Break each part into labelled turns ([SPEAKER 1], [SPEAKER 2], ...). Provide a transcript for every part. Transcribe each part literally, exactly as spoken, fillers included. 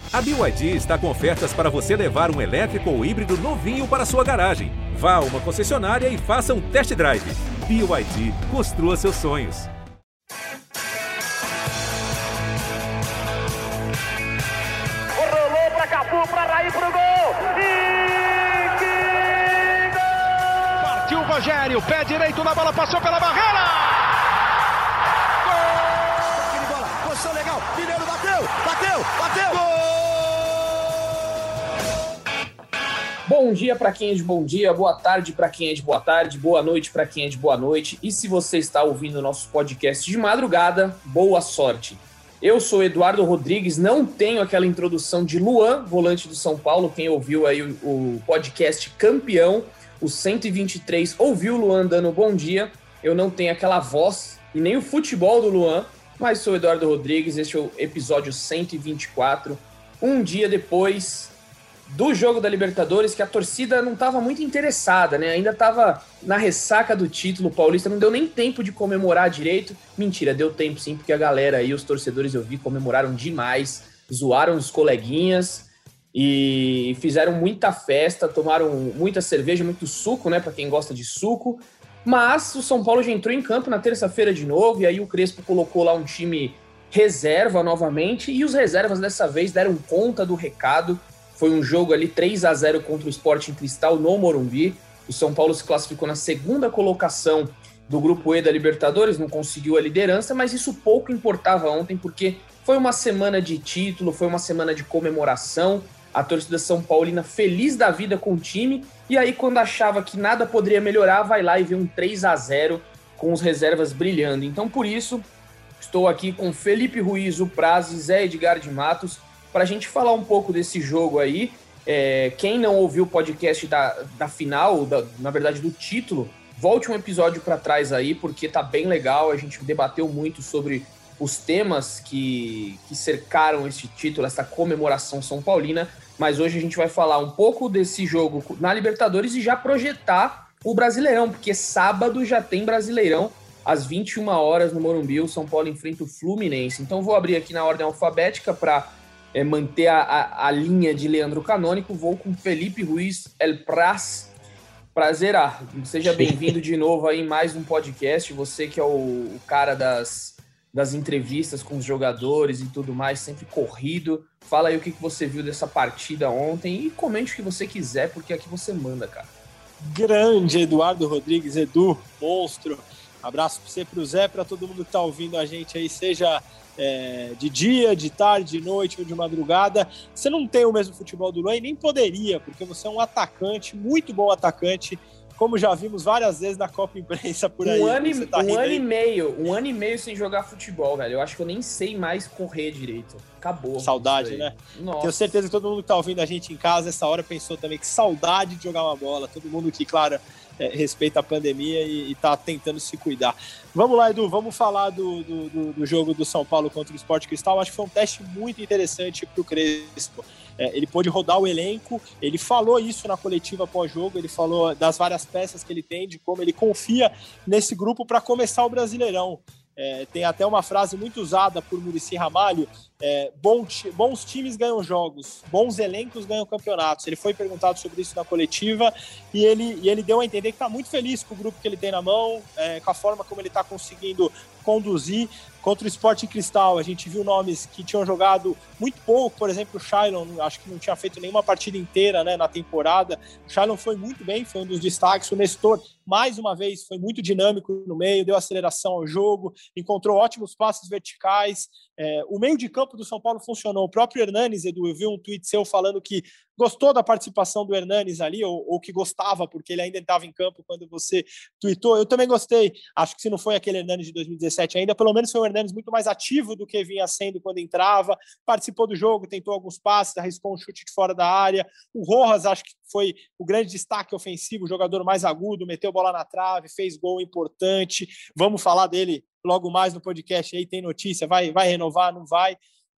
[SPEAKER 1] A B Y D está com ofertas para você levar um elétrico ou híbrido novinho para sua garagem. Vá a uma concessionária e faça um test drive. B Y D, construa seus sonhos.
[SPEAKER 2] Rolou para Cafu, para Raí, pro gol! E que gol!
[SPEAKER 3] Partiu o Rogério, pé direito na bola, passou pela barreira!
[SPEAKER 4] Gol! Bola, posição legal, Mineiro bateu, bateu, bateu! Gol!
[SPEAKER 5] Bom dia para quem é de bom dia, boa tarde para quem é de boa tarde, boa noite para quem é de boa noite. E se você está ouvindo o nosso podcast de madrugada, boa sorte. Eu sou Eduardo Rodrigues, não tenho aquela introdução de Luan, volante do São Paulo. Quem ouviu aí o, o podcast Campeão, o cento e vinte e três, ouviu o Luan dando bom dia. Eu não tenho aquela voz e nem o futebol do Luan, mas sou Eduardo Rodrigues, este é o episódio cento e vinte e quatro. Um dia depois do jogo da Libertadores, que a torcida não estava muito interessada, né? Ainda estava na ressaca do título paulista, não deu nem tempo de comemorar direito. Mentira, deu tempo sim, porque a galera aí, os torcedores eu vi, comemoraram demais, zoaram os coleguinhas e fizeram muita festa, tomaram muita cerveja, muito suco, né? Para quem gosta de suco. Mas o São Paulo já entrou em campo na terça-feira de novo, e aí o Crespo colocou lá um time reserva novamente, e os reservas dessa vez deram conta do recado. Foi um jogo ali três a zero contra o Sporting Cristal no Morumbi. O São Paulo se classificou na segunda colocação do Grupo E da Libertadores, não conseguiu a liderança, mas isso pouco importava ontem, porque foi uma semana de título, foi uma semana de comemoração, a torcida São Paulina feliz da vida com o time, e aí quando achava que nada poderia melhorar, vai lá e vê um três a zero com os reservas brilhando. Então por isso, estou aqui com Felipe Ruiz, o Praz e Zé Edgar de Matos, para a gente falar um pouco desse jogo aí. É, quem não ouviu o podcast da, da final, da, na verdade do título, volte um episódio para trás aí, porque tá bem legal, a gente debateu muito sobre os temas que, que cercaram esse título, essa comemoração São Paulina, mas hoje a gente vai falar um pouco desse jogo na Libertadores e já projetar o Brasileirão, porque sábado já tem Brasileirão, às vinte e uma horas no Morumbi, o São Paulo enfrenta o Fluminense. Então vou abrir aqui na ordem alfabética para É, manter a, a, a linha de Leandro Canônico. Vou com Felipe Ruiz, El Praz. Prazer, ah, seja bem-vindo de novo aí em mais um podcast. Você que é o, o cara das, das entrevistas com os jogadores e tudo mais, sempre corrido. Fala aí o que, que você viu dessa partida ontem e comente o que você quiser, porque aqui você manda, cara.
[SPEAKER 6] Grande Eduardo Rodrigues, Edu, monstro. Abraço para você, para o Zé, para todo mundo que está ouvindo a gente aí, seja É, de dia, de tarde, de noite ou de madrugada. Você não tem o mesmo futebol do Luan e nem poderia, porque você é um atacante, muito bom atacante, como já vimos várias vezes na Copa Imprensa por aí.
[SPEAKER 5] Um ano, e,
[SPEAKER 6] tá
[SPEAKER 5] um ano
[SPEAKER 6] aí.
[SPEAKER 5] e meio, um ano e meio sem jogar futebol, velho. Eu acho que eu nem sei mais correr direito. Acabou.
[SPEAKER 6] Saudade, né?
[SPEAKER 5] Nossa.
[SPEAKER 6] Tenho certeza que todo mundo que tá ouvindo a gente em casa essa hora pensou também que saudade de jogar uma bola. Todo mundo que, claro, é, respeita a pandemia e, e tá tentando se cuidar. Vamos lá, Edu, vamos falar do, do, do, do jogo do São Paulo contra o Sport Cristal. Acho que foi um teste muito interessante pro Crespo. É, ele pôde rodar o elenco, ele falou isso na coletiva pós-jogo, ele falou das várias peças que ele tem, de como ele confia nesse grupo para começar o Brasileirão. É, tem até uma frase muito usada por Muricy Ramalho, é, bom, bons times ganham jogos, bons elencos ganham campeonatos. Ele foi perguntado sobre isso na coletiva e ele, e ele deu a entender que está muito feliz com o grupo que ele tem na mão, é, com a forma como ele está conseguindo conduzir. Contra o Sporting Cristal, a gente viu nomes que tinham jogado muito pouco, por exemplo, o Shailon, acho que não tinha feito nenhuma partida inteira, né, na temporada. O Shailon foi muito bem, foi um dos destaques. O Nestor, mais uma vez, foi muito dinâmico no meio, deu aceleração ao jogo, encontrou ótimos passes verticais. É, o meio de campo do São Paulo funcionou. O próprio Hernanes, Edu, eu vi um tweet seu falando que gostou da participação do Hernanes ali, ou, ou que gostava, porque ele ainda estava em campo quando você tweetou. Eu também gostei. Acho que se não foi aquele Hernanes de dois mil e dezessete ainda, pelo menos foi um Hernanes muito mais ativo do que vinha sendo quando entrava, participou do jogo, tentou alguns passes, arriscou um chute de fora da área. O Rojas, acho que foi o grande destaque ofensivo, o jogador mais agudo, meteu bola na trave, fez gol importante. Vamos falar dele logo mais no podcast aí, tem notícia, vai, vai renovar, não vai?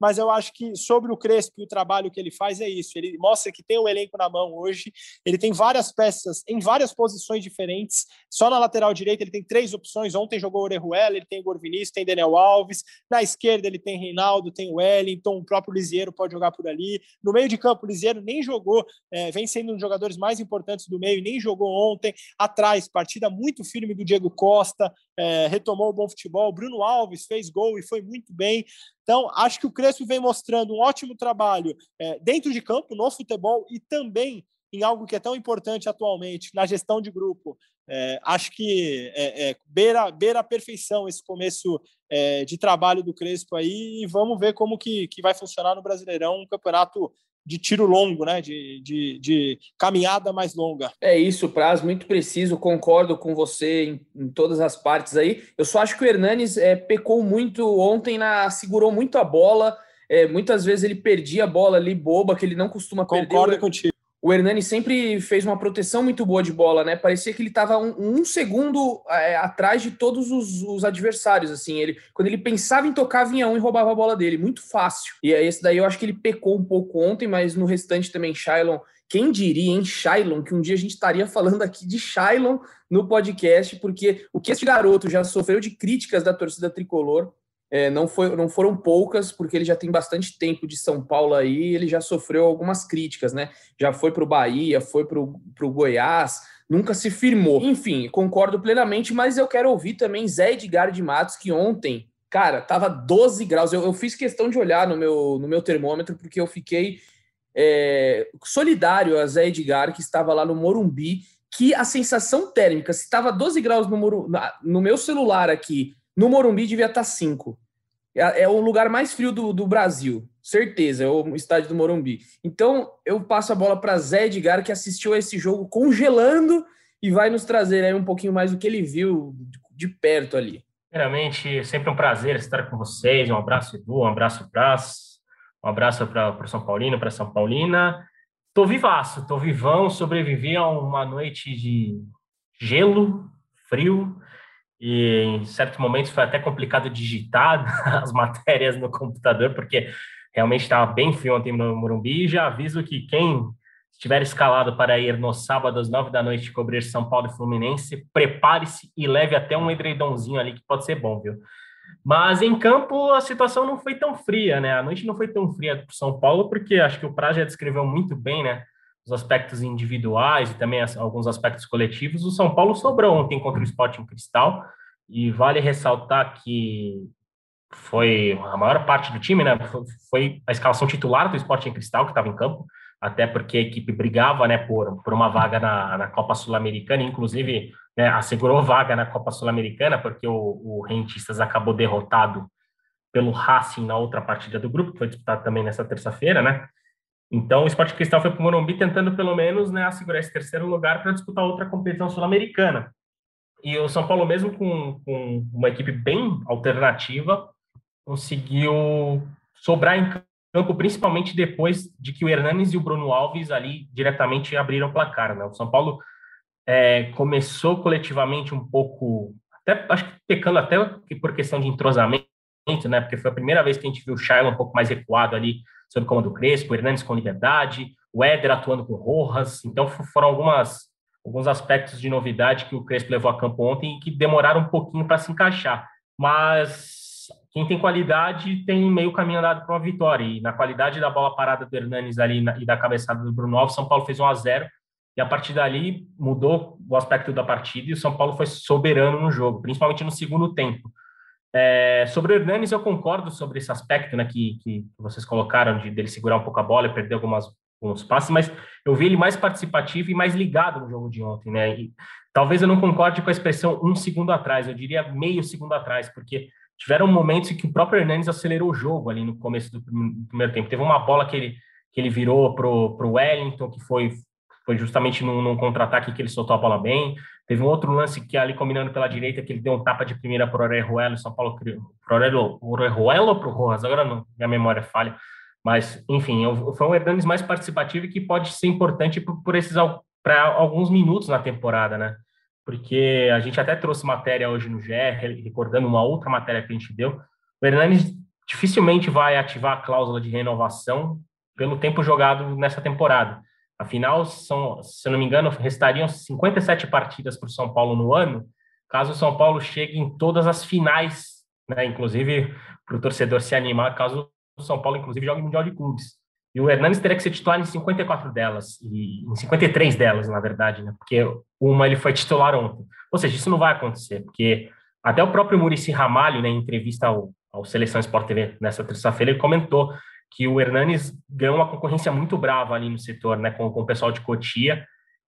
[SPEAKER 6] mas eu acho que sobre o Crespo e o trabalho que ele faz é isso, ele mostra que tem o elenco na mão hoje, ele tem várias peças em várias posições diferentes, só na lateral direita ele tem três opções, ontem jogou o Orejuela, ele tem o Gorvinício, tem Daniel Alves, na esquerda ele tem Reinaldo, tem o Wellington, o próprio Lisieiro pode jogar por ali, no meio de campo o Lisieiro nem jogou, é, vem sendo um dos jogadores mais importantes do meio, nem jogou ontem, atrás, partida muito firme do Diego Costa, é, retomou o bom futebol, o Bruno Alves fez gol e foi muito bem. Então, acho que o Crespo vem mostrando um ótimo trabalho é, dentro de campo, no futebol, e também em algo que é tão importante atualmente, na gestão de grupo. É, acho que é, é, beira, beira a perfeição esse começo é, de trabalho do Crespo aí, e vamos ver como que, que vai funcionar no Brasileirão, um campeonato de tiro longo, né? De, de, de caminhada mais longa.
[SPEAKER 5] É isso, Praz, muito preciso, concordo com você em, em todas as partes aí. Eu só acho que o Hernanes é, pecou muito ontem, na, segurou muito a bola, é, muitas vezes ele perdia a bola ali, boba, que ele não costuma perder.
[SPEAKER 6] Concordo contigo.
[SPEAKER 5] O Hernanes sempre fez uma proteção muito boa de bola, né? Parecia que ele estava um, um segundo é, atrás de todos os, os adversários, assim. Ele, quando ele pensava em tocar, vinha um e roubava a bola dele. Muito fácil. E esse daí eu acho que ele pecou um pouco ontem, mas no restante também, Shailon. Quem diria, hein, Shailon, que um dia a gente estaria falando aqui de Shailon no podcast, porque o que esse garoto já sofreu de críticas da torcida tricolor, É, não, foi, não foram poucas, porque ele já tem bastante tempo de São Paulo aí, ele já sofreu algumas críticas, né? Já foi para o Bahia, foi para o Goiás, nunca se firmou. Enfim, concordo plenamente, mas eu quero ouvir também Zé Edgar de Matos, que ontem, cara, tava doze graus. Eu, eu fiz questão de olhar no meu, no meu termômetro, porque eu fiquei é, solidário a Zé Edgar, que estava lá no Morumbi, que a sensação térmica, se estava doze graus no, Morumbi, no meu celular aqui, no Morumbi devia estar cinco. É, é o lugar mais frio do, do Brasil, certeza, é o estádio do Morumbi. Então, eu passo a bola para Zé Edgar, que assistiu a esse jogo congelando e vai nos trazer aí um pouquinho mais do que ele viu de perto ali.
[SPEAKER 7] Primeiramente, sempre um prazer estar com vocês. Um abraço, Edu, um abraço, Praz, um abraço para o São Paulino, para São Paulina. Tô vivaço, tô vivão, sobrevivi a uma noite de gelo, frio, e em certos momentos foi até complicado digitar as matérias no computador, porque realmente estava bem frio ontem no Morumbi. E já aviso que quem estiver escalado para ir no sábado às nove da noite cobrir São Paulo e Fluminense, prepare-se e leve até um edredomzinho ali, que pode ser bom, viu? Mas em campo a situação não foi tão fria, né? A noite não foi tão fria para o São Paulo, porque acho que o Praz já descreveu muito bem, né? Os aspectos individuais e também as, alguns aspectos coletivos. O São Paulo sobrou ontem contra o Sporting Cristal, e vale ressaltar que foi a maior parte do time, né? Foi, foi a escalação titular do Sporting Cristal, que estava em campo, até porque a equipe brigava, né, por, por uma vaga na, na Copa Sul-Americana, inclusive, né, assegurou vaga na Copa Sul-Americana, porque o, o Rentistas acabou derrotado pelo Racing na outra partida do grupo, que foi disputado também nessa terça-feira, né? Então, o Sporting Cristal foi para o Morumbi tentando, pelo menos, né, assegurar esse terceiro lugar para disputar outra competição sul-americana. E o São Paulo, mesmo com, com uma equipe bem alternativa, conseguiu sobrar em campo, principalmente depois de que o Hernanes e o Bruno Alves ali diretamente abriram o placar, né? O São Paulo é, começou coletivamente um pouco, até, acho que pecando até por questão de entrosamento, né? Porque foi a primeira vez que a gente viu o Shailon um pouco mais recuado ali, sob o comando do Crespo, o Hernanes com liberdade, o Éder atuando com o Rojas. Então foram algumas, alguns aspectos de novidade que o Crespo levou a campo ontem e que demoraram um pouquinho para se encaixar. Mas quem tem qualidade tem meio caminho andado para uma vitória. E na qualidade da bola parada do Hernanes ali na, e da cabeçada do Bruno Alves, São Paulo fez um a zero. E a partir dali mudou o aspecto da partida e o São Paulo foi soberano no jogo, principalmente no segundo tempo. É, sobre o Hernanes, eu concordo sobre esse aspecto, né, que, que vocês colocaram de dele segurar um pouco a bola e perder algumas, alguns passes, mas eu vi ele mais participativo e mais ligado no jogo de ontem, né? E talvez eu não concorde com a expressão um segundo atrás, eu diria meio segundo atrás, porque tiveram momentos em que o próprio Hernanes acelerou o jogo ali no começo do primeiro tempo. Teve uma bola que ele, que ele virou pro, pro Wellington, que foi, foi justamente num, num contra-ataque que ele soltou a bola bem. Teve um outro lance que ali, combinando pela direita, que ele deu um tapa de primeira para o Orejuela, o São Paulo criou. Pro Orejuela ou para o Rojas? Agora não, minha memória falha. Mas, enfim, foi um Hernanes mais participativo e que pode ser importante por, por esses para alguns minutos na temporada, né? Porque a gente até trouxe matéria hoje no G E, recordando uma outra matéria que a gente deu. O Hernanes dificilmente vai ativar a cláusula de renovação pelo tempo jogado nessa temporada. Afinal, são, se eu não me engano, restariam cinquenta e sete partidas para o São Paulo no ano, caso o São Paulo chegue em todas as finais, né? Inclusive para o torcedor se animar, caso o São Paulo, inclusive, jogue o Mundial de Clubes. E o Hernanes teria que ser titular em cinquenta e quatro delas, e em cinquenta e três delas, na verdade, né? Porque uma ele foi titular ontem. Ou seja, isso não vai acontecer, porque até o próprio Muricy Ramalho, né, em entrevista ao, ao Seleção Sport T V nessa terça-feira, ele comentou que o Hernanes ganhou uma concorrência muito brava ali no setor, né, com, com o pessoal de Cotia,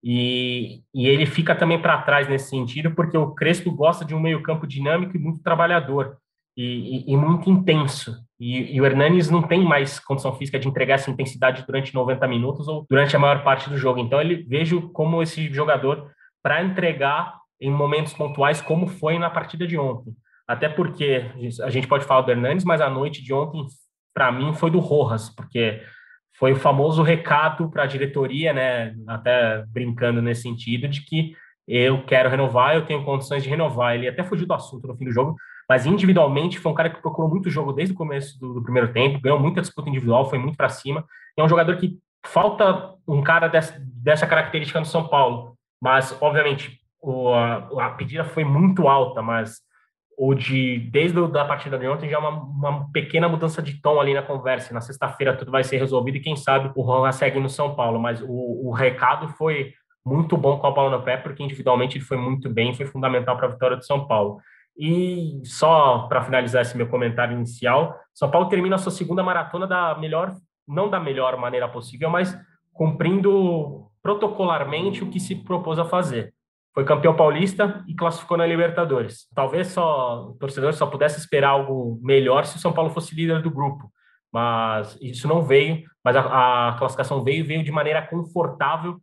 [SPEAKER 7] e, e ele fica também para trás nesse sentido, porque o Crespo gosta de um meio-campo dinâmico e muito trabalhador, e, e, e muito intenso. E, e o Hernanes não tem mais condição física de entregar essa intensidade durante noventa minutos ou durante a maior parte do jogo. Então, ele vejo como esse jogador para entregar em momentos pontuais, como foi na partida de ontem. Até porque a gente pode falar do Hernanes, mas a noite de ontem, para mim, foi do Rojas, porque foi o famoso recado para a diretoria, né, até brincando nesse sentido, de que eu quero renovar, eu tenho condições de renovar. Ele até fugiu do assunto no fim do jogo, mas individualmente foi um cara que procurou muito jogo desde o começo do, do primeiro tempo, ganhou muita disputa individual, foi muito para cima. É um jogador que falta um cara dessa, dessa característica no São Paulo, mas, obviamente, o, a, a pedida foi muito alta, mas o de, desde a partida de ontem já é uma, uma pequena mudança de tom ali na conversa. Na sexta-feira tudo vai ser resolvido e quem sabe o Rojas segue no São Paulo, mas o, o recado foi muito bom com a bola no pé, porque individualmente ele foi muito bem, foi fundamental para a vitória do São Paulo. E só para finalizar esse meu comentário inicial, São Paulo termina a sua segunda maratona da melhor, não da melhor maneira possível, mas cumprindo protocolarmente o que se propôs a fazer. Foi campeão paulista e classificou na Libertadores. Talvez só o torcedor só pudesse esperar algo melhor se o São Paulo fosse líder do grupo, mas isso não veio, mas a, a classificação veio, veio de maneira confortável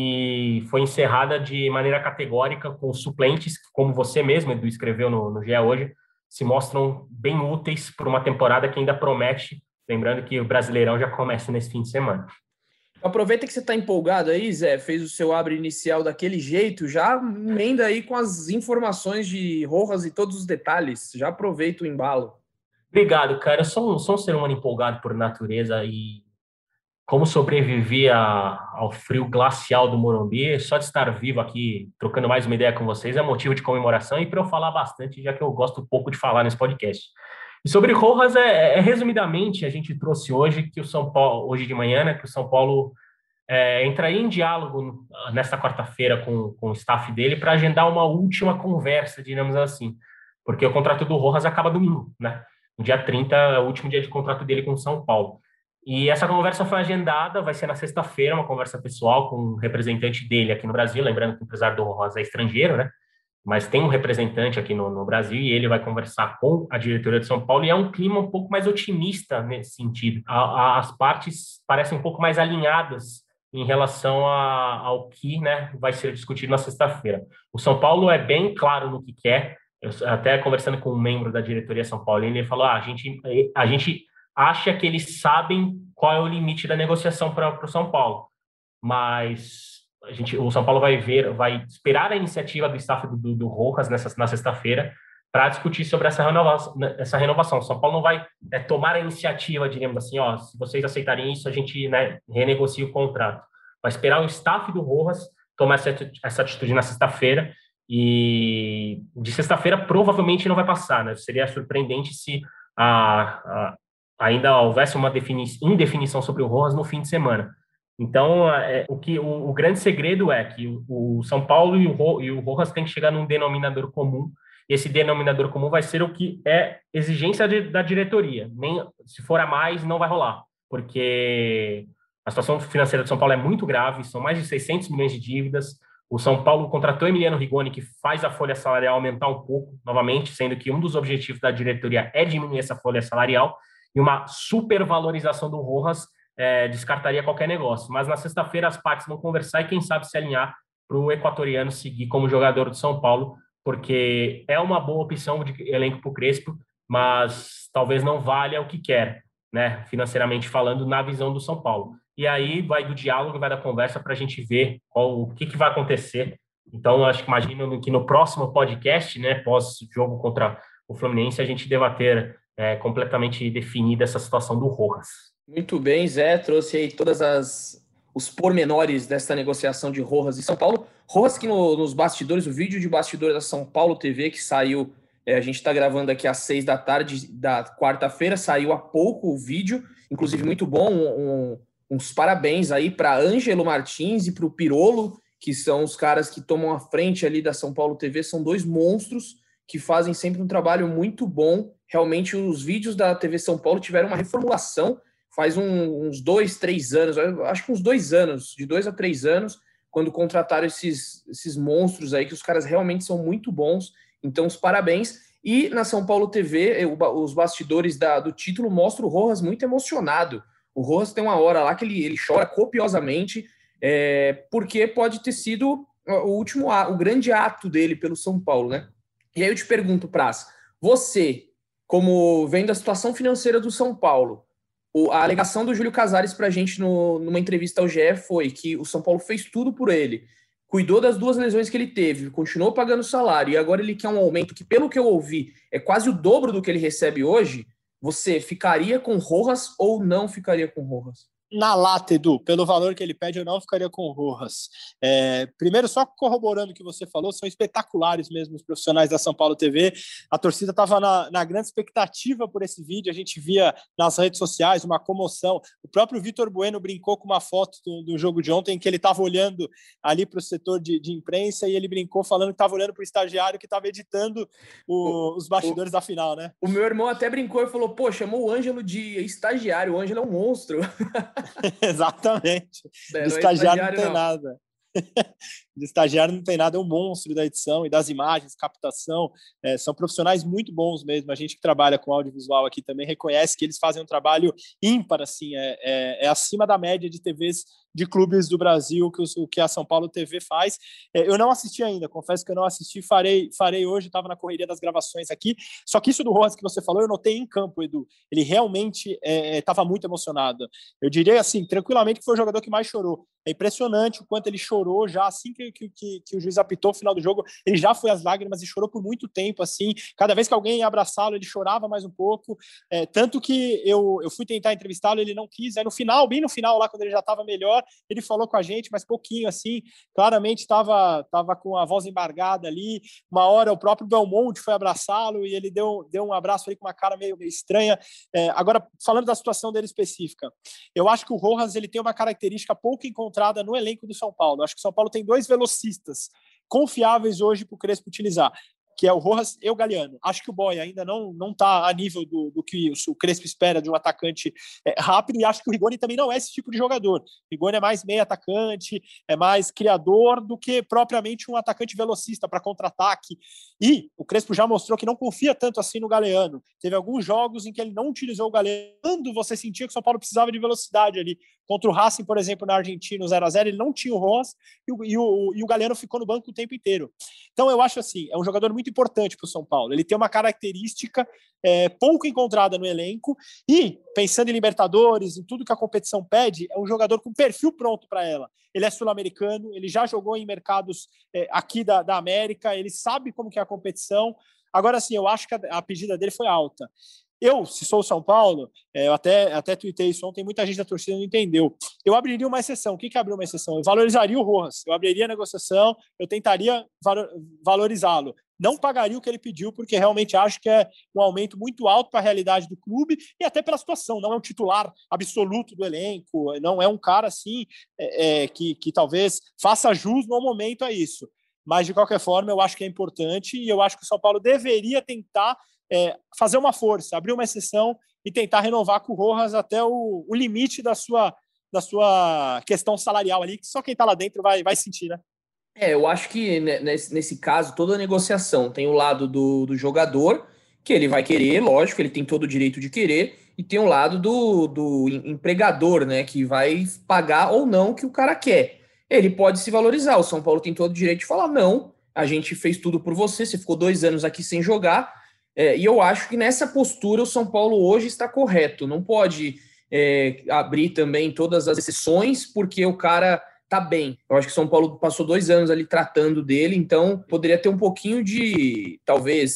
[SPEAKER 7] e foi encerrada de maneira categórica com os suplentes, que, como você mesmo, Edu, escreveu no, no G E hoje, se mostram bem úteis por uma temporada que ainda promete, lembrando que o Brasileirão já começa nesse fim de semana.
[SPEAKER 5] Aproveita que você está empolgado aí, Zé, fez o seu abre inicial daquele jeito, já emenda aí com as informações de Rojas e todos os detalhes, já aproveita o embalo.
[SPEAKER 7] Obrigado, cara, eu sou um, sou um ser humano empolgado por natureza e como sobrevivi a, ao frio glacial do Morumbi, só de estar vivo aqui, trocando mais uma ideia com vocês, é motivo de comemoração e para eu falar bastante, já que eu gosto pouco de falar nesse podcast. E sobre Rojas, é, é, resumidamente, a gente trouxe hoje que o São Paulo, hoje de manhã, né, que o São Paulo é, entraria em diálogo nesta quarta-feira com, com o staff dele para agendar uma última conversa, digamos assim, porque o contrato do Rojas acaba domingo, né? No dia trinta, é o último dia de contrato dele com o São Paulo. E essa conversa foi agendada, vai ser na sexta-feira, uma conversa pessoal com um representante dele aqui no Brasil, lembrando que o empresário do Rojas é estrangeiro, né? Mas tem um representante aqui no, no Brasil e ele vai conversar com a diretoria de São Paulo e é um clima um pouco mais otimista nesse sentido. A, a, as partes parecem um pouco mais alinhadas em relação a, ao que, né, vai ser discutido na sexta-feira. O São Paulo é bem claro no que quer. Eu, até conversando com um membro da diretoria São Paulina, ele falou, ah, a gente... A gente acha que eles sabem qual é o limite da negociação para o São Paulo, mas a gente, o São Paulo vai ver, vai esperar a iniciativa do staff do, do, do Rojas nessa, na sexta-feira para discutir sobre essa renovação, essa renovação. O São Paulo não vai é, tomar a iniciativa, digamos assim, ó, se vocês aceitarem isso, a gente, né, renegocia o contrato. Vai esperar o staff do Rojas tomar essa, essa atitude na sexta-feira e de sexta-feira provavelmente não vai passar, né? Seria surpreendente se a, a ainda houvesse uma indefinição sobre o Rojas no fim de semana. Então, é, o, que, o, o grande segredo é que o, o São Paulo e o, e o Rojas têm que chegar num denominador comum, e esse denominador comum vai ser o que é exigência de, da diretoria. Nem, se for a mais, não vai rolar, porque a situação financeira do São Paulo é muito grave, são mais de seiscentos milhões de dívidas. O São Paulo contratou Emiliano Rigoni, que faz a folha salarial aumentar um pouco, novamente, sendo que um dos objetivos da diretoria é diminuir essa folha salarial, e uma supervalorização do Rojas é, descartaria qualquer negócio. Mas na sexta-feira as partes vão conversar e quem sabe se alinhar para o equatoriano seguir como jogador do São Paulo, porque é uma boa opção de elenco para o Crespo, mas talvez não valha o que quer, né, financeiramente falando, na visão do São Paulo. E aí vai do diálogo, vai da conversa para a gente ver qual, o que, que vai acontecer. Então, eu acho que imagino que no próximo podcast, né, pós-jogo contra o Fluminense, a gente debater é, completamente definida essa situação do Rojas.
[SPEAKER 5] Muito bem, Zé, trouxe aí todas as os pormenores dessa negociação de Rojas e São Paulo. Rojas que no, nos bastidores, o vídeo de bastidores da São Paulo T V que saiu, é, a gente está gravando aqui às seis da tarde da quarta-feira, saiu há pouco o vídeo, inclusive muito bom, um, um, uns parabéns aí para Ângelo Martins e para o Pirolo, que são os caras que tomam a frente ali da São Paulo T V, são dois monstros que fazem sempre um trabalho muito bom. Realmente os vídeos da T V São Paulo tiveram uma reformulação faz um, uns dois, três anos, acho que uns dois anos, de dois a três anos, quando contrataram esses, esses monstros aí, que os caras realmente são muito bons. Então, os parabéns. E na São Paulo T V, os bastidores da, do título mostram o Rojas muito emocionado. O Rojas tem uma hora lá que ele, ele chora copiosamente, é, porque pode ter sido o último, o grande ato dele pelo São Paulo, né? E aí eu te pergunto, Praz, você, como vendo a situação financeira do São Paulo, a alegação do Júlio Casares para a gente no, numa entrevista ao G E foi que o São Paulo fez tudo por ele, cuidou das duas lesões que ele teve, continuou pagando salário e agora ele quer um aumento que, pelo que eu ouvi, é quase o dobro do que ele recebe hoje. Você ficaria com Rojas ou não ficaria com Rojas?
[SPEAKER 6] Na lata, Edu, pelo valor que ele pede, eu não ficaria com o Rojas. É, primeiro, só corroborando o que você falou, são espetaculares mesmo os profissionais da São Paulo T V. A torcida estava na, na grande expectativa por esse vídeo, a gente via nas redes sociais uma comoção. O próprio Vitor Bueno brincou com uma foto do, do jogo de ontem, que ele estava olhando ali para o setor de, de imprensa e ele brincou falando que estava olhando para o estagiário que estava editando o, o, os bastidores o, da final, né?
[SPEAKER 5] O meu irmão até brincou e falou, pô, chamou o Ângelo de estagiário, o Ângelo é um monstro.
[SPEAKER 6] Exatamente.
[SPEAKER 5] É,
[SPEAKER 6] de estagiário
[SPEAKER 5] é
[SPEAKER 6] não tem não. nada. De estagiário não tem nada, é um monstro da edição e das imagens, captação. É, são profissionais muito bons mesmo. A gente que trabalha com audiovisual aqui também reconhece que eles fazem um trabalho ímpar, assim, é, é, é acima da média de T Vs de clubes do Brasil que o que a São Paulo T V faz. É, eu não assisti ainda, confesso que eu não assisti, farei, farei hoje, estava na correria das gravações aqui. Só que isso do Rojas que você falou, eu notei em campo, Edu. Ele realmente estava é, muito emocionado. Eu diria assim, tranquilamente, que foi o jogador que mais chorou. É impressionante o quanto ele chorou já assim que, que, que, que o juiz apitou o final do jogo. Ele já foi às lágrimas e chorou por muito tempo, assim. Cada vez que alguém ia abraçá-lo, ele chorava mais um pouco. É, tanto que eu, eu fui tentar entrevistá-lo, ele não quis. Aí no final, bem no final, lá quando ele já estava melhor, ele falou com a gente, mas pouquinho, assim. Claramente estava tava com a voz embargada ali. Uma hora o próprio Belmonte foi abraçá-lo e ele deu, deu um abraço ali com uma cara meio, meio estranha. É, agora, falando da situação dele específica, eu acho que o Rojas ele tem uma característica pouco encontrada no elenco do São Paulo. Acho que o São Paulo tem dois velocistas confiáveis hoje para o Crespo utilizar, que é o Rojas e o Galeano. Acho que o Boy ainda não não está a nível do, do que o Crespo espera de um atacante é, rápido, e acho que o Rigoni também não é esse tipo de jogador. O Rigoni é mais meio atacante, é mais criador do que propriamente um atacante velocista para contra-ataque. E o Crespo já mostrou que não confia tanto assim no Galeano. Teve alguns jogos em que ele não utilizou o Galeano, quando você sentia que o São Paulo precisava de velocidade ali. Contra o Racing, por exemplo, na Argentina, zero a zero, ele não tinha o Rojas e o, e, o, e o Galeano ficou no banco o tempo inteiro. Então, eu acho assim, é um jogador muito importante para o São Paulo. Ele tem uma característica é, pouco encontrada no elenco e, pensando em Libertadores, em tudo que a competição pede, é um jogador com perfil pronto para ela. Ele é sul-americano, ele já jogou em mercados é, aqui da, da América, ele sabe como que é a competição. Agora, sim, eu acho que a, a pedida dele foi alta. Eu, se sou o São Paulo, eu até, até tuitei isso ontem, muita gente da torcida não entendeu. Eu abriria uma exceção. O que que abriu uma exceção? Eu valorizaria o Rojas, eu abriria a negociação, eu tentaria valorizá-lo. Não pagaria o que ele pediu, porque realmente acho que é um aumento muito alto para a realidade do clube e até pela situação. Não é um titular absoluto do elenco, não é um cara assim é, é, que, que talvez faça jus no momento a isso. Mas, de qualquer forma, eu acho que é importante e eu acho que o São Paulo deveria tentar É, fazer uma força, abrir uma exceção e tentar renovar com o Rojas até o, o limite da sua, da sua questão salarial ali, que só quem está lá dentro vai, vai sentir, né?
[SPEAKER 5] É, eu acho que nesse, nesse caso, toda a negociação tem o lado do, do jogador, que ele vai querer, lógico, ele tem todo o direito de querer, e tem o lado do, do empregador, né, que vai pagar ou não o que o cara quer. Ele pode se valorizar, o São Paulo tem todo o direito de falar, não, a gente fez tudo por você, você ficou dois anos aqui sem jogar. É, e eu acho que nessa postura o São Paulo hoje está correto. Não pode é, abrir também todas as exceções porque o cara tá bem. Eu acho que o São Paulo passou dois anos ali tratando dele, então poderia ter um pouquinho de, talvez,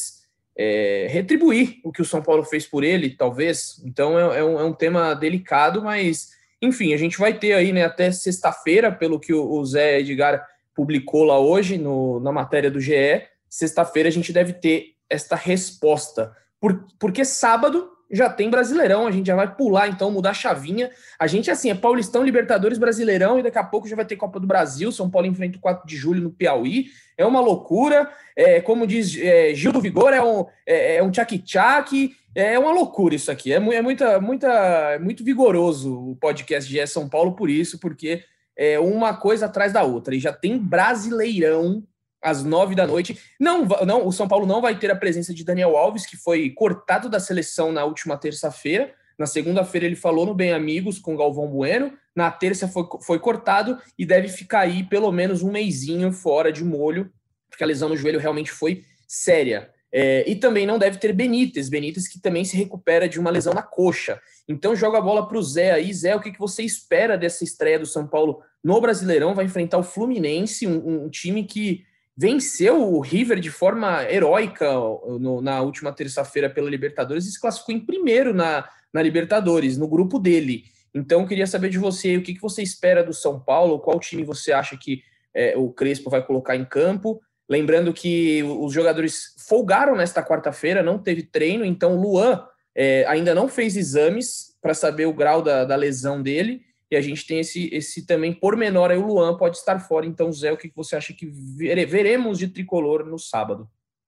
[SPEAKER 5] é, retribuir o que o São Paulo fez por ele, talvez. Então é, é, um, é um tema delicado, mas, enfim, a gente vai ter aí, né, até sexta-feira, pelo que o, o Zé Edgar publicou lá hoje no, na matéria do G E, sexta-feira a gente deve ter esta resposta. Por, porque sábado já tem Brasileirão, a gente já vai pular, então, mudar a chavinha. A gente, assim, é Paulistão, Libertadores, Brasileirão, e daqui a pouco já vai ter Copa do Brasil. São Paulo enfrenta o quatro de julho no Piauí. É uma loucura. É, como diz é, Gil do Vigor, é um, é, é um tchac-tchac. É uma loucura isso aqui. É, é, muita, muita, é muito vigoroso o podcast de São Paulo por isso, porque é uma coisa atrás da outra. E já tem Brasileirão às nove da noite. Não, não, o São Paulo não vai ter a presença de Daniel Alves, que foi cortado da seleção na última terça-feira. Na segunda-feira ele falou no Bem Amigos com Galvão Bueno. Na terça foi, foi cortado e deve ficar aí pelo menos um mesinho fora de molho, porque a lesão no joelho realmente foi séria. É, e também não deve ter Benítez, Benítez que também se recupera de uma lesão na coxa. Então joga a bola para o Zé aí. Zé, o que, que você espera dessa estreia do São Paulo no Brasileirão? Vai enfrentar o Fluminense, um, um time que venceu o River de forma heróica no, na última terça-feira pela Libertadores e se classificou em primeiro na, na Libertadores, no grupo dele. Então, eu queria saber de você, o que, que você espera do São Paulo, qual time você acha que é, o Crespo vai colocar em campo. Lembrando que os jogadores folgaram nesta quarta-feira, não teve treino, então o Luan é, ainda não fez exames para saber o grau da, da lesão dele. E a gente tem esse, esse também pormenor aí, o Luan pode estar fora. Então, Zé, o que você acha que vere, veremos de tricolor no sábado?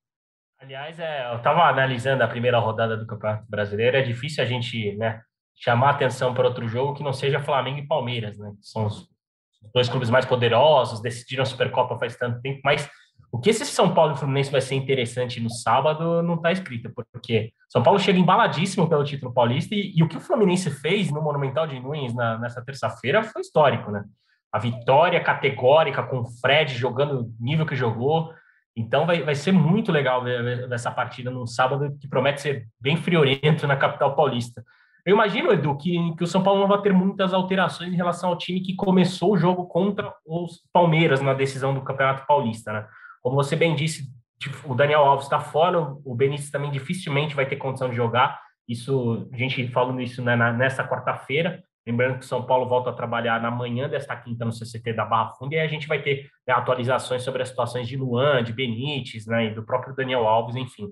[SPEAKER 7] Aliás, é, eu estava analisando a primeira rodada do Campeonato Brasileiro. É difícil a gente, né, chamar atenção para outro jogo que não seja Flamengo e Palmeiras, né? São os dois clubes mais poderosos, decidiram a Supercopa faz tanto tempo, mas o que esse São Paulo e Fluminense vai ser interessante no sábado não está escrito, porque São Paulo chega embaladíssimo pelo título paulista e, e o que o Fluminense fez no Monumental de Nunes na, nessa terça-feira foi histórico, né? A vitória categórica com o Fred jogando o nível que jogou. Então vai, vai ser muito legal ver, ver essa partida num sábado que promete ser bem friorento na capital paulista. Eu imagino, Edu, que, que o São Paulo não vai ter muitas alterações em relação ao time que começou o jogo contra os Palmeiras na decisão do Campeonato Paulista, né? Como você bem disse, o Daniel Alves está fora, o Benítez também dificilmente vai ter condição de jogar. Isso, a gente falando isso, né, nessa quarta-feira. Lembrando que o São Paulo volta a trabalhar na manhã desta quinta no C C T da Barra Funda, e aí a gente vai ter, né, atualizações sobre as situações de Luan, de Benítez, né, e do próprio Daniel Alves, enfim.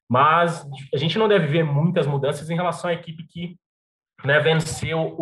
[SPEAKER 7] Mas a gente não deve ver muitas mudanças em relação à equipe que, né, venceu o,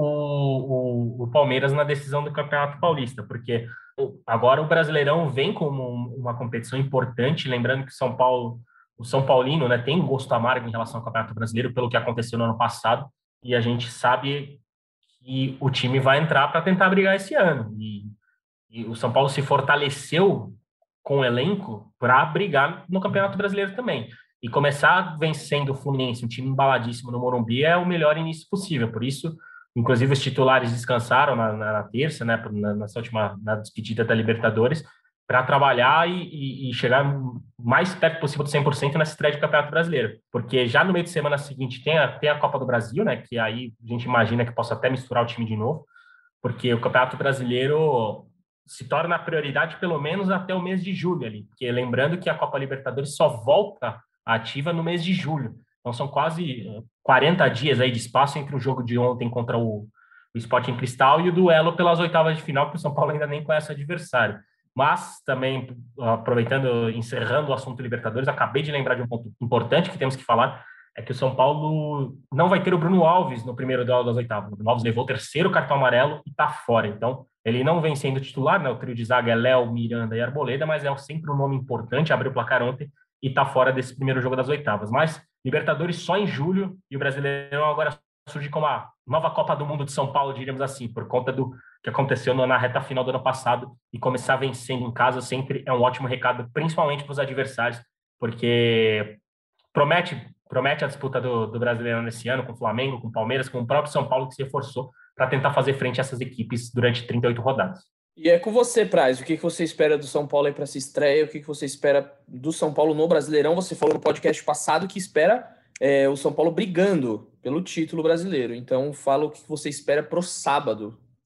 [SPEAKER 7] o, o Palmeiras na decisão do Campeonato Paulista, porque agora o Brasileirão vem como uma competição importante, lembrando que o São Paulo, o São Paulino, né, tem um gosto amargo em relação ao Campeonato Brasileiro pelo que aconteceu no ano passado, e a gente sabe que o time vai entrar para tentar brigar esse ano, e, e o São Paulo se fortaleceu com o elenco para brigar no Campeonato Brasileiro também. E começar vencendo o Fluminense, um time embaladíssimo no Morumbi, é o melhor início possível. Por isso, inclusive, os titulares descansaram na, na, na terça, né, na, nessa última na despedida da Libertadores, para trabalhar e, e, e chegar mais perto possível do cem por cento nessa estreia de Campeonato Brasileiro. Porque já no meio de semana seguinte tem a, tem a Copa do Brasil, né, que aí a gente imagina que possa até misturar o time de novo, porque o Campeonato Brasileiro se torna a prioridade pelo menos até o mês de julho ali. Porque lembrando que a Copa Libertadores só volta ativa no mês de julho. Então são quase quarenta dias aí de espaço entre o jogo de ontem contra o, o Sporting Cristal e o duelo pelas oitavas de final, que o São Paulo ainda nem conhece o adversário. Mas também, aproveitando, encerrando o assunto Libertadores, acabei de lembrar de um ponto importante que temos que falar, é que o São Paulo não vai ter o Bruno Alves no primeiro duelo das oitavas. O Bruno Alves levou o terceiro cartão amarelo e está fora. Então, ele não vem sendo titular, né? O trio de zaga é Léo, Miranda e Arboleda, mas é sempre um nome importante, abriu o placar ontem e está fora desse primeiro jogo das oitavas. Mas Libertadores só em julho, e o Brasileirão agora surge como a nova Copa do Mundo de São Paulo, diríamos assim, por conta do que aconteceu na reta final do ano passado, e começar vencendo em casa sempre é um ótimo recado, principalmente para os adversários, porque promete, promete a disputa do, do Brasileirão nesse ano, com o Flamengo, com o Palmeiras, com o próprio São Paulo, que se reforçou para tentar fazer frente a essas equipes durante trinta e oito rodadas.
[SPEAKER 5] E é com você, Praz, o que você espera do São Paulo aí para essa estreia? O que você espera do São Paulo no Brasileirão? Você falou no podcast passado que espera é, o São Paulo brigando pelo título brasileiro. Então, fala o que você espera pro sábado.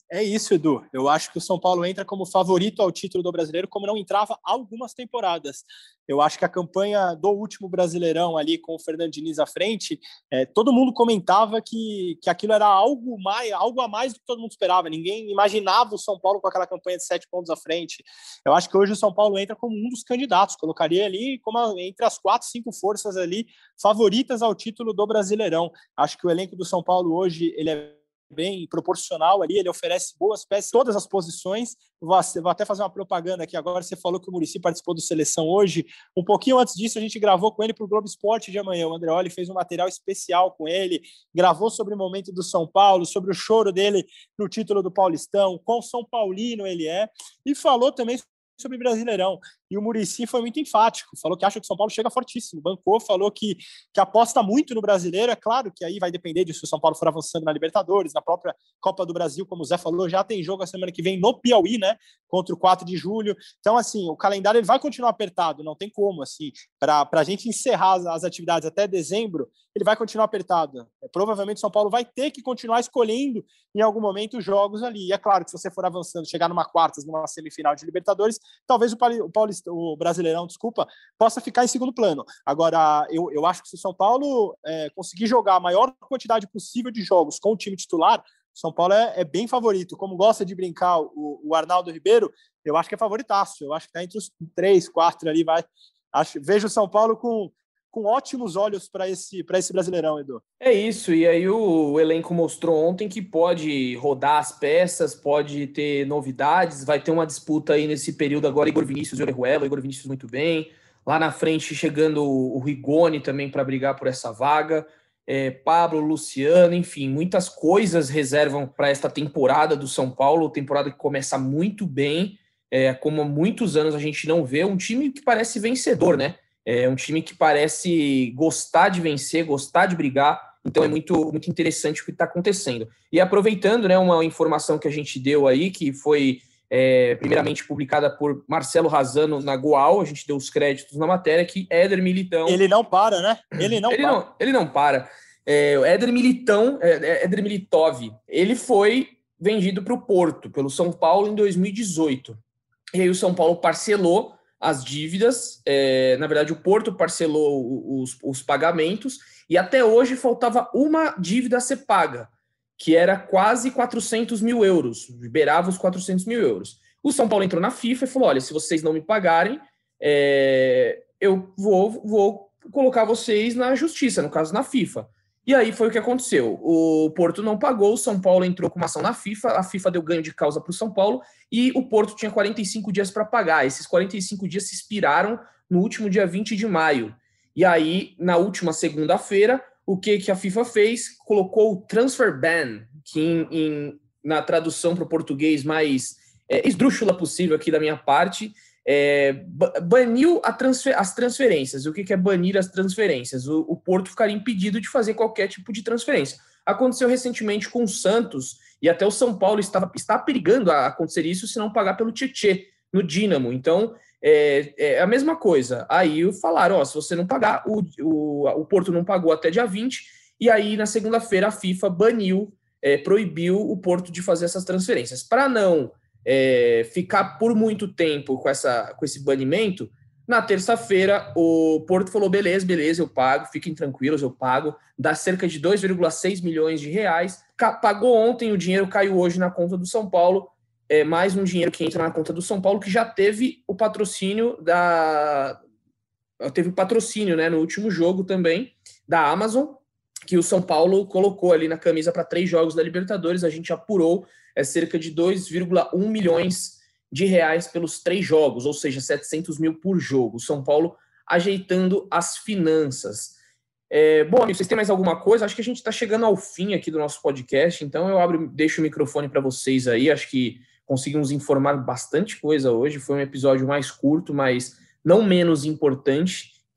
[SPEAKER 6] É isso, Edu. Eu acho que o São Paulo entra como favorito ao título do Brasileiro, como não entrava há algumas temporadas. Eu acho que a campanha do último Brasileirão ali, com o Fernando Diniz à frente, é, todo mundo comentava que, que aquilo era algo, mais, algo a mais do que todo mundo esperava. Ninguém imaginava o São Paulo com aquela campanha de sete pontos à frente. Eu acho que hoje o São Paulo entra como um dos candidatos. Colocaria ali como a, entre as quatro, cinco forças ali favoritas ao título do Brasileirão. Acho que o elenco do São Paulo hoje ele é bem proporcional ali, ele oferece boas peças, todas as posições. Vou até fazer uma propaganda aqui agora. Você falou que o Muricy participou do Seleção hoje. Um pouquinho antes disso, a gente gravou com ele para o Globo Esporte de amanhã. O Andreoli fez um material especial com ele, gravou sobre o momento do São Paulo, sobre o choro dele no título do Paulistão, quão São Paulino ele é, e falou também sobre Brasileirão. E o Muricy foi muito enfático, falou que acha que o São Paulo chega fortíssimo, bancou, falou que, que aposta muito no Brasileiro. É claro que aí vai depender de se o São Paulo for avançando na Libertadores, na própria Copa do Brasil, como o Zé falou, já tem jogo a semana que vem no Piauí, né, contra o quatro de julho. Então, assim, o calendário ele vai continuar apertado, não tem como, assim, para a gente encerrar as, as atividades até dezembro, ele vai continuar apertado. É, provavelmente o São Paulo vai ter que continuar escolhendo em algum momento os jogos ali. E é claro que se você for avançando, chegar numa quartas, numa semifinal de Libertadores, talvez o, o Paulista, o Brasileirão, desculpa, possa ficar em segundo plano. Agora, eu, eu acho que se o São Paulo é, conseguir jogar a maior quantidade possível de jogos com o time titular, o São Paulo é, é bem favorito. Como gosta de brincar o, o Arnaldo Ribeiro, eu acho que é favoritaço. Eu acho que está entre os três, quatro ali, vai. Acho, vejo o São Paulo com, com ótimos olhos para esse, para esse Brasileirão, Edu.
[SPEAKER 5] É isso, e aí o, o elenco mostrou ontem que pode rodar as peças, pode ter novidades, vai ter uma disputa aí nesse período agora, Igor Vinícius e Orejuela, Igor Vinícius muito bem, lá na frente chegando o, o Rigoni também para brigar por essa vaga, é, Pablo, Luciano, enfim, muitas coisas reservam para esta temporada do São Paulo, temporada que começa muito bem, é, como há muitos anos a gente não vê, um time que parece vencedor, né? É um time que parece gostar de vencer, gostar de brigar. Então é muito, muito interessante o que está acontecendo. E aproveitando, né, uma informação que a gente deu aí, que foi é, primeiramente publicada por Marcelo Razzano na Goal, a gente deu os créditos na matéria, que Éder Militão...
[SPEAKER 6] Ele não para, né? Ele não
[SPEAKER 5] ele
[SPEAKER 6] para.
[SPEAKER 5] Não, ele não para. É, o Éder Militão, é, Éder Militov, ele foi vendido para o Porto, pelo São Paulo, em dois mil e dezoito. E aí o São Paulo parcelou as dívidas, é, na verdade o Porto parcelou os, os pagamentos e até hoje faltava uma dívida a ser paga, que era quase quatrocentos mil euros, beirava os quatrocentos mil euros. O São Paulo entrou na FIFA e falou, olha, se vocês não me pagarem, é, eu vou, vou colocar vocês na justiça, no caso na FIFA. E aí foi o que aconteceu. O Porto não pagou, o São Paulo entrou com uma ação na FIFA, a FIFA deu ganho de causa para o São Paulo e o Porto tinha quarenta e cinco dias para pagar. Esses quarenta e cinco dias se expiraram no último dia vinte de maio. E aí, na última segunda-feira, o que, que a FIFA fez? Colocou o transfer ban, que em, em, na tradução para o português mais é, esdrúxula possível aqui da minha parte, É, baniu a transfer, as transferências. O que, que é banir as transferências? O, o Porto ficaria impedido de fazer qualquer tipo de transferência. Aconteceu recentemente com o Santos, e até o São Paulo estava, está perigando a acontecer isso se não pagar pelo Tietê, no Dínamo. Então, é, é a mesma coisa. Aí falaram, ó, se você não pagar, o, o, o Porto não pagou até dia vinte, e aí na segunda-feira a FIFA baniu, é, proibiu o Porto de fazer essas transferências. Para não É, ficar por muito tempo com, essa, com esse banimento, na terça-feira o Porto falou, beleza, beleza, eu pago, fiquem tranquilos, eu pago, dá cerca de dois vírgula seis milhões de reais, pagou ontem, o dinheiro caiu hoje na conta do São Paulo, é mais um dinheiro que entra na conta do São Paulo, que já teve o patrocínio da... teve o patrocínio, né, no último jogo também, da Amazon, que o São Paulo colocou ali na camisa para três jogos da Libertadores, a gente apurou, é cerca de dois vírgula um milhões de reais pelos três jogos, ou seja, setecentos mil por jogo. O São Paulo ajeitando as finanças. É, bom, amigos, vocês têm mais alguma coisa? Acho que a gente está chegando ao fim aqui do nosso podcast, então eu abro, deixo o microfone para vocês aí. Acho que conseguimos informar bastante coisa hoje. Foi um episódio mais curto, mas não menos importante.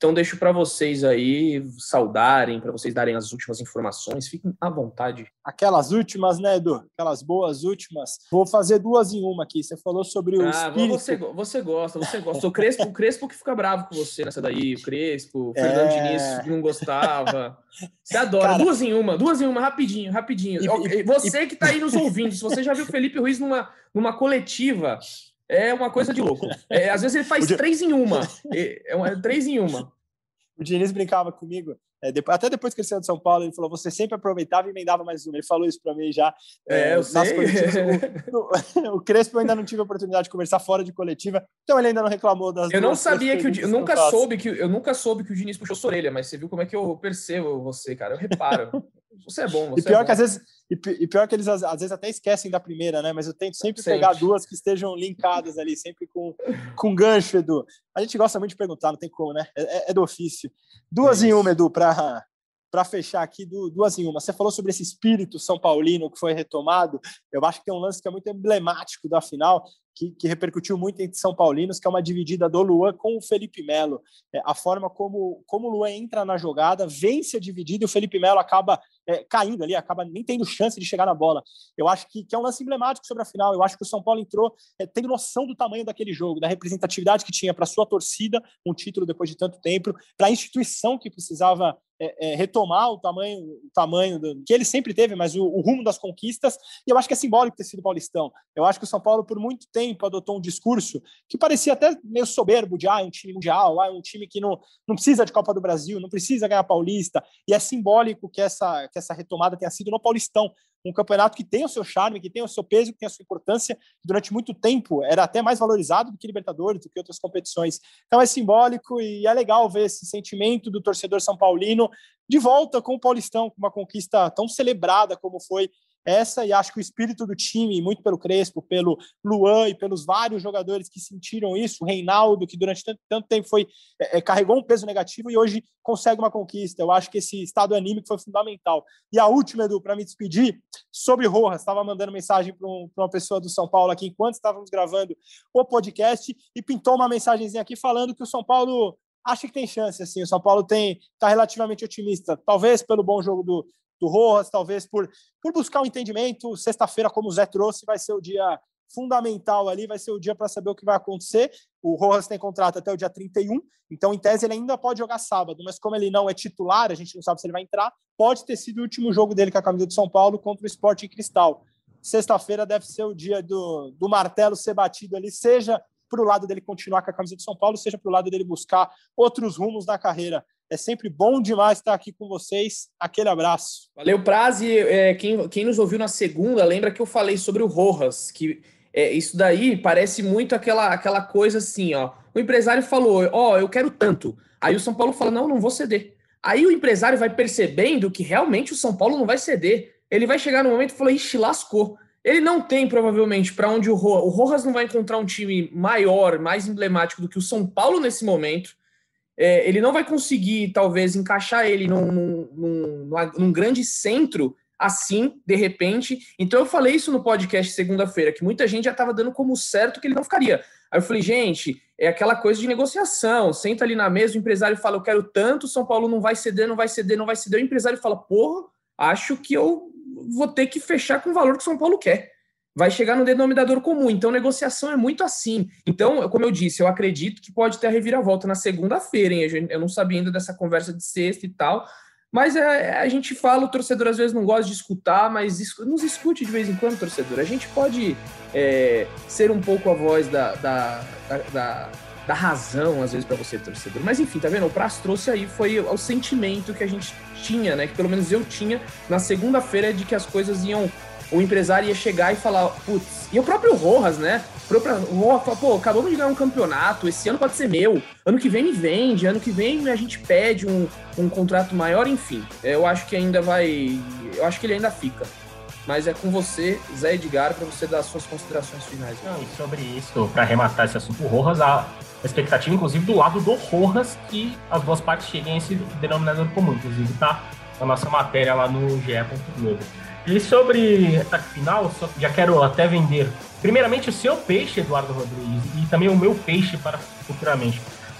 [SPEAKER 5] Então deixo para vocês aí saudarem, para vocês darem as últimas informações. Fiquem à vontade.
[SPEAKER 6] Aquelas últimas, né, Edu? Aquelas boas últimas. Vou fazer duas em uma aqui. Você falou sobre o
[SPEAKER 5] ah,
[SPEAKER 6] espírito.
[SPEAKER 5] Você, você gosta, você gosta. O Crespo, o Crespo que fica bravo com você nessa daí. O Crespo, o Fernando é... Diniz que não gostava. Você adora. Cara... Duas em uma, duas em uma, rapidinho, rapidinho. E, e, você e... que tá aí nos ouvindo, se você já viu o Felipe Ruiz numa, numa coletiva... É uma coisa de louco. É, às vezes ele faz Di... três em uma. É, uma, é três em uma.
[SPEAKER 6] O Diniz brincava comigo. É, depois, até depois que ele saiu de São Paulo, ele falou: você sempre aproveitava e emendava mais uma. Ele falou isso pra mim já.
[SPEAKER 5] É, é eu sei.
[SPEAKER 6] O, o, o Crespo eu ainda não tive a oportunidade de conversar fora de coletiva, então ele ainda não reclamou das.
[SPEAKER 5] Eu não sabia que o eu nunca soube que eu nunca soube que o Diniz puxou sua orelha, mas você viu como é que eu percebo você, cara. Eu reparo. Você é bom, você
[SPEAKER 6] e pior
[SPEAKER 5] é bom.
[SPEAKER 6] que às vezes e pior que eles às vezes até esquecem da primeira, né? Mas eu tento sempre, sempre. pegar duas que estejam linkadas ali, sempre com, com gancho, Edu. A gente gosta muito de perguntar, não tem como, né? É, é do ofício. Duas é em uma, Edu, para para fechar aqui, duas em uma. Você falou sobre esse espírito São Paulino que foi retomado. Eu acho que tem um lance que é muito emblemático da final, que, que repercutiu muito entre São Paulinos, que é uma dividida do Luan com o Felipe Melo. É, a forma como, como o Luan entra na jogada, vence a dividida e o Felipe Melo acaba é, caindo ali, acaba nem tendo chance de chegar na bola. Eu acho que, que é um lance emblemático sobre a final. Eu acho que o São Paulo entrou é, tendo noção do tamanho daquele jogo, da representatividade que tinha para sua torcida, um título depois de tanto tempo, para a instituição que precisava É, é, retomar o tamanho, o tamanho do, que ele sempre teve, mas o, o rumo das conquistas, e eu acho que é simbólico ter sido paulistão. Eu acho que o São Paulo, por muito tempo, adotou um discurso que parecia até meio soberbo de, ah, é um time mundial, ah, é um time que não, não precisa de Copa do Brasil, não precisa ganhar Paulista, e é simbólico que essa, que essa retomada tenha sido no Paulistão, um campeonato que tem o seu charme, que tem o seu peso, que tem a sua importância, que durante muito tempo era até mais valorizado do que Libertadores, do que outras competições. Então é simbólico e é legal ver esse sentimento do torcedor são paulino de volta com o Paulistão, com uma conquista tão celebrada como foi essa, e acho que o espírito do time, muito pelo Crespo, pelo Luan e pelos vários jogadores que sentiram isso, o Reinaldo, que durante tanto, tanto tempo foi, é, carregou um peso negativo e hoje consegue uma conquista. Eu acho que esse estado anímico foi fundamental. E a última, Edu, para me despedir, sobre Rojas, estava mandando mensagem para um, uma pessoa do São Paulo aqui, enquanto estávamos gravando o podcast, e pintou uma mensagenzinha aqui falando que o São Paulo acha que tem chance, assim, o São Paulo tem, está relativamente otimista, talvez pelo bom jogo do do Rojas, talvez por, por buscar um entendimento. Sexta-feira, como o Zé trouxe, vai ser o dia fundamental ali, vai ser o dia para saber o que vai acontecer. O Rojas tem contrato até o dia trinta e um, então, em tese, ele ainda pode jogar sábado, mas como ele não é titular, a gente não sabe se ele vai entrar, pode ter sido o último jogo dele com a camisa do São Paulo contra o Sporting Cristal. Sexta-feira deve ser o dia do, do martelo ser batido ali, seja para o lado dele continuar com a camisa do São Paulo, seja para o lado dele buscar outros rumos na carreira. É sempre bom demais estar aqui com vocês. Aquele abraço.
[SPEAKER 5] Valeu, Praze. É, quem, quem nos ouviu na segunda, lembra que eu falei sobre o Rojas, que é, isso daí parece muito aquela, aquela coisa assim, ó. O empresário falou, ó, oh, eu quero tanto. Aí o São Paulo fala, não, não vou ceder. Aí o empresário vai percebendo que realmente o São Paulo não vai ceder. Ele vai chegar no momento e falar, ixi, lascou. Ele não tem, provavelmente, para onde o Rojas... O Rojas não vai encontrar um time maior, mais emblemático do que o São Paulo nesse momento. É, ele não vai conseguir, talvez, encaixar ele num, num, num, num grande centro assim, de repente. Então eu falei isso no podcast segunda-feira, que muita gente já estava dando como certo que ele não ficaria. Aí eu falei, gente, é aquela coisa de negociação. Senta ali na mesa, o empresário fala, eu quero tanto, o São Paulo não vai ceder, não vai ceder, não vai ceder. O empresário fala, porra, acho que eu vou ter que fechar com o valor que o São Paulo quer. Vai chegar no denominador comum. Então, negociação é muito assim. Então, como eu disse, eu acredito que pode ter a reviravolta na segunda-feira, hein? Eu não sabia ainda dessa conversa de sexta e tal, mas é, a gente fala, o torcedor às vezes não gosta de escutar, mas nos escute de vez em quando, torcedor. A gente pode é, ser um pouco a voz da, da, da, da, da razão, às vezes, para você, torcedor. Mas, enfim, tá vendo? O Praz trouxe aí, foi o sentimento que a gente tinha, né? Que pelo menos eu tinha na segunda-feira, de que as coisas iam... O empresário ia chegar e falar, putz, e o próprio Rojas, né? O próprio Rojas fala, pô, acabamos de ganhar um campeonato, esse ano pode ser meu, ano que vem me vende, ano que vem a gente pede um, um contrato maior, enfim. Eu acho que ainda vai, eu acho que ele ainda fica. Mas é com você, Zé Edgar, para você dar as suas considerações finais.
[SPEAKER 7] Não, e sobre isso, para arrematar esse assunto, o Rojas, a expectativa, inclusive, do lado do Rojas, que as duas partes cheguem a esse denominador comum. Inclusive, tá na nossa matéria lá no G E ponto globo. E sobre essa final, já quero até vender, primeiramente, o seu peixe, Eduardo Rodrigues, e também o meu peixe para futuramente.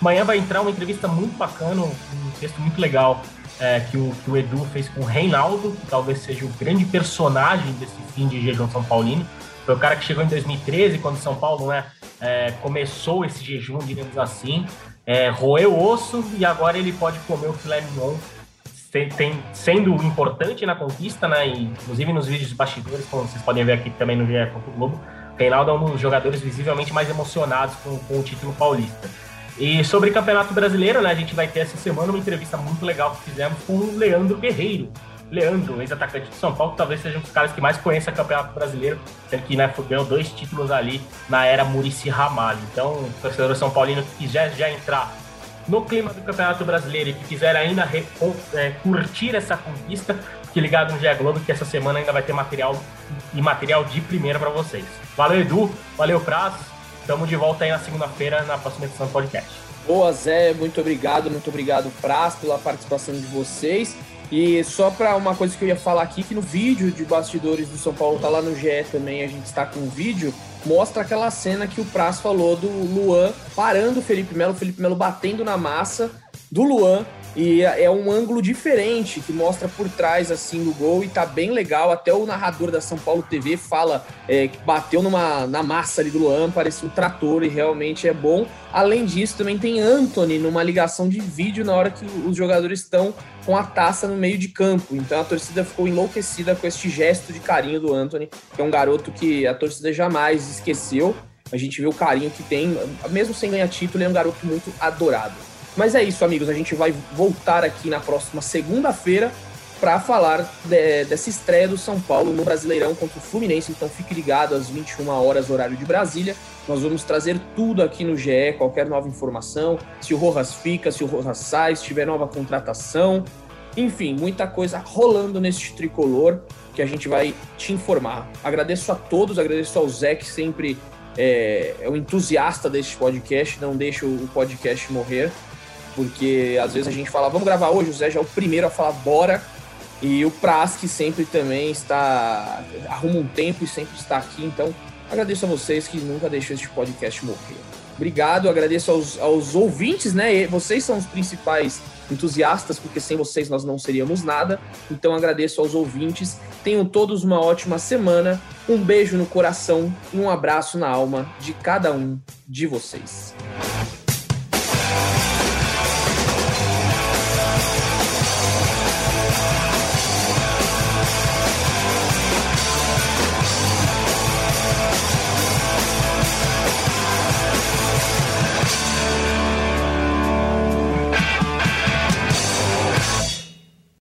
[SPEAKER 7] Amanhã vai entrar uma entrevista muito bacana, um texto muito legal é, que, o, que o Edu fez com o Reinaldo, que talvez seja o grande personagem desse fim de jejum São Paulino. Foi o cara que chegou em dois mil e treze, quando São Paulo, né, é, começou esse jejum, digamos assim, é, roeu o osso e agora ele pode comer o filé mignon, tem, tem, sendo importante na conquista, né, e, inclusive nos vídeos de bastidores, como vocês podem ver aqui também no G E ponto Globo, o Reinaldo é um dos jogadores visivelmente mais emocionados com, com o título paulista. E sobre o Campeonato Brasileiro, né, a gente vai ter essa semana uma entrevista muito legal que fizemos com o Leandro Guerreiro. Leandro, ex-atacante de São Paulo, talvez seja um dos caras que mais conhece o Campeonato Brasileiro, sendo que, né, ganhou dois títulos ali na era Muricy Ramalho. Então, o torcedor São Paulino que quiser já entrar no clima do Campeonato Brasileiro e que quiser ainda re, é, curtir essa conquista, fique ligado no G E Globo, que essa semana ainda vai ter material e material de primeira para vocês. Valeu, Edu, valeu, Praz, estamos de volta aí na segunda-feira, na próxima edição do podcast.
[SPEAKER 5] Boa, Zé, muito obrigado, muito obrigado, Praz, pela participação de vocês. E só para uma coisa que eu ia falar aqui, que no vídeo de bastidores do São Paulo, tá lá no G E também, a gente está com um vídeo, mostra aquela cena que o Praz falou do Luan parando o Felipe Melo, o Felipe Melo batendo na massa do Luan, e é um ângulo diferente, que mostra por trás, assim, do gol, e tá bem legal. Até o narrador da São Paulo T V fala é, que bateu numa, na massa ali do Luan, parecia um trator, e realmente é bom. Além disso, também tem Antony numa ligação de vídeo na hora que os jogadores estão com a taça no meio de campo. Então a torcida ficou enlouquecida com este gesto de carinho do Antony, que é um garoto que a torcida jamais esqueceu. A gente vê o carinho que tem, mesmo sem ganhar título, ele é um garoto muito adorado. Mas é isso, amigos, a gente vai voltar aqui na próxima segunda-feira para falar de, dessa estreia do São Paulo no Brasileirão contra o Fluminense. Então fique ligado às vinte e uma horas, horário de Brasília. Nós vamos trazer tudo aqui no G E, qualquer nova informação, se o Rojas fica, se o Rojas sai, se tiver nova contratação. Enfim, muita coisa rolando nesse tricolor que a gente vai te informar. Agradeço a todos, agradeço ao Zé, que sempre é, é um entusiasta deste podcast, não deixa o podcast morrer. Porque às vezes a gente fala, vamos gravar hoje, o Zé já é o primeiro a falar bora, e o Praz, que sempre também está, arruma um tempo e sempre está aqui, então agradeço a vocês que nunca deixam este podcast morrer. Obrigado, agradeço aos, aos ouvintes, né, vocês são os principais entusiastas, porque sem vocês nós não seríamos nada, então agradeço aos ouvintes, tenham todos uma ótima semana, um beijo no coração e um abraço na alma de cada um de vocês.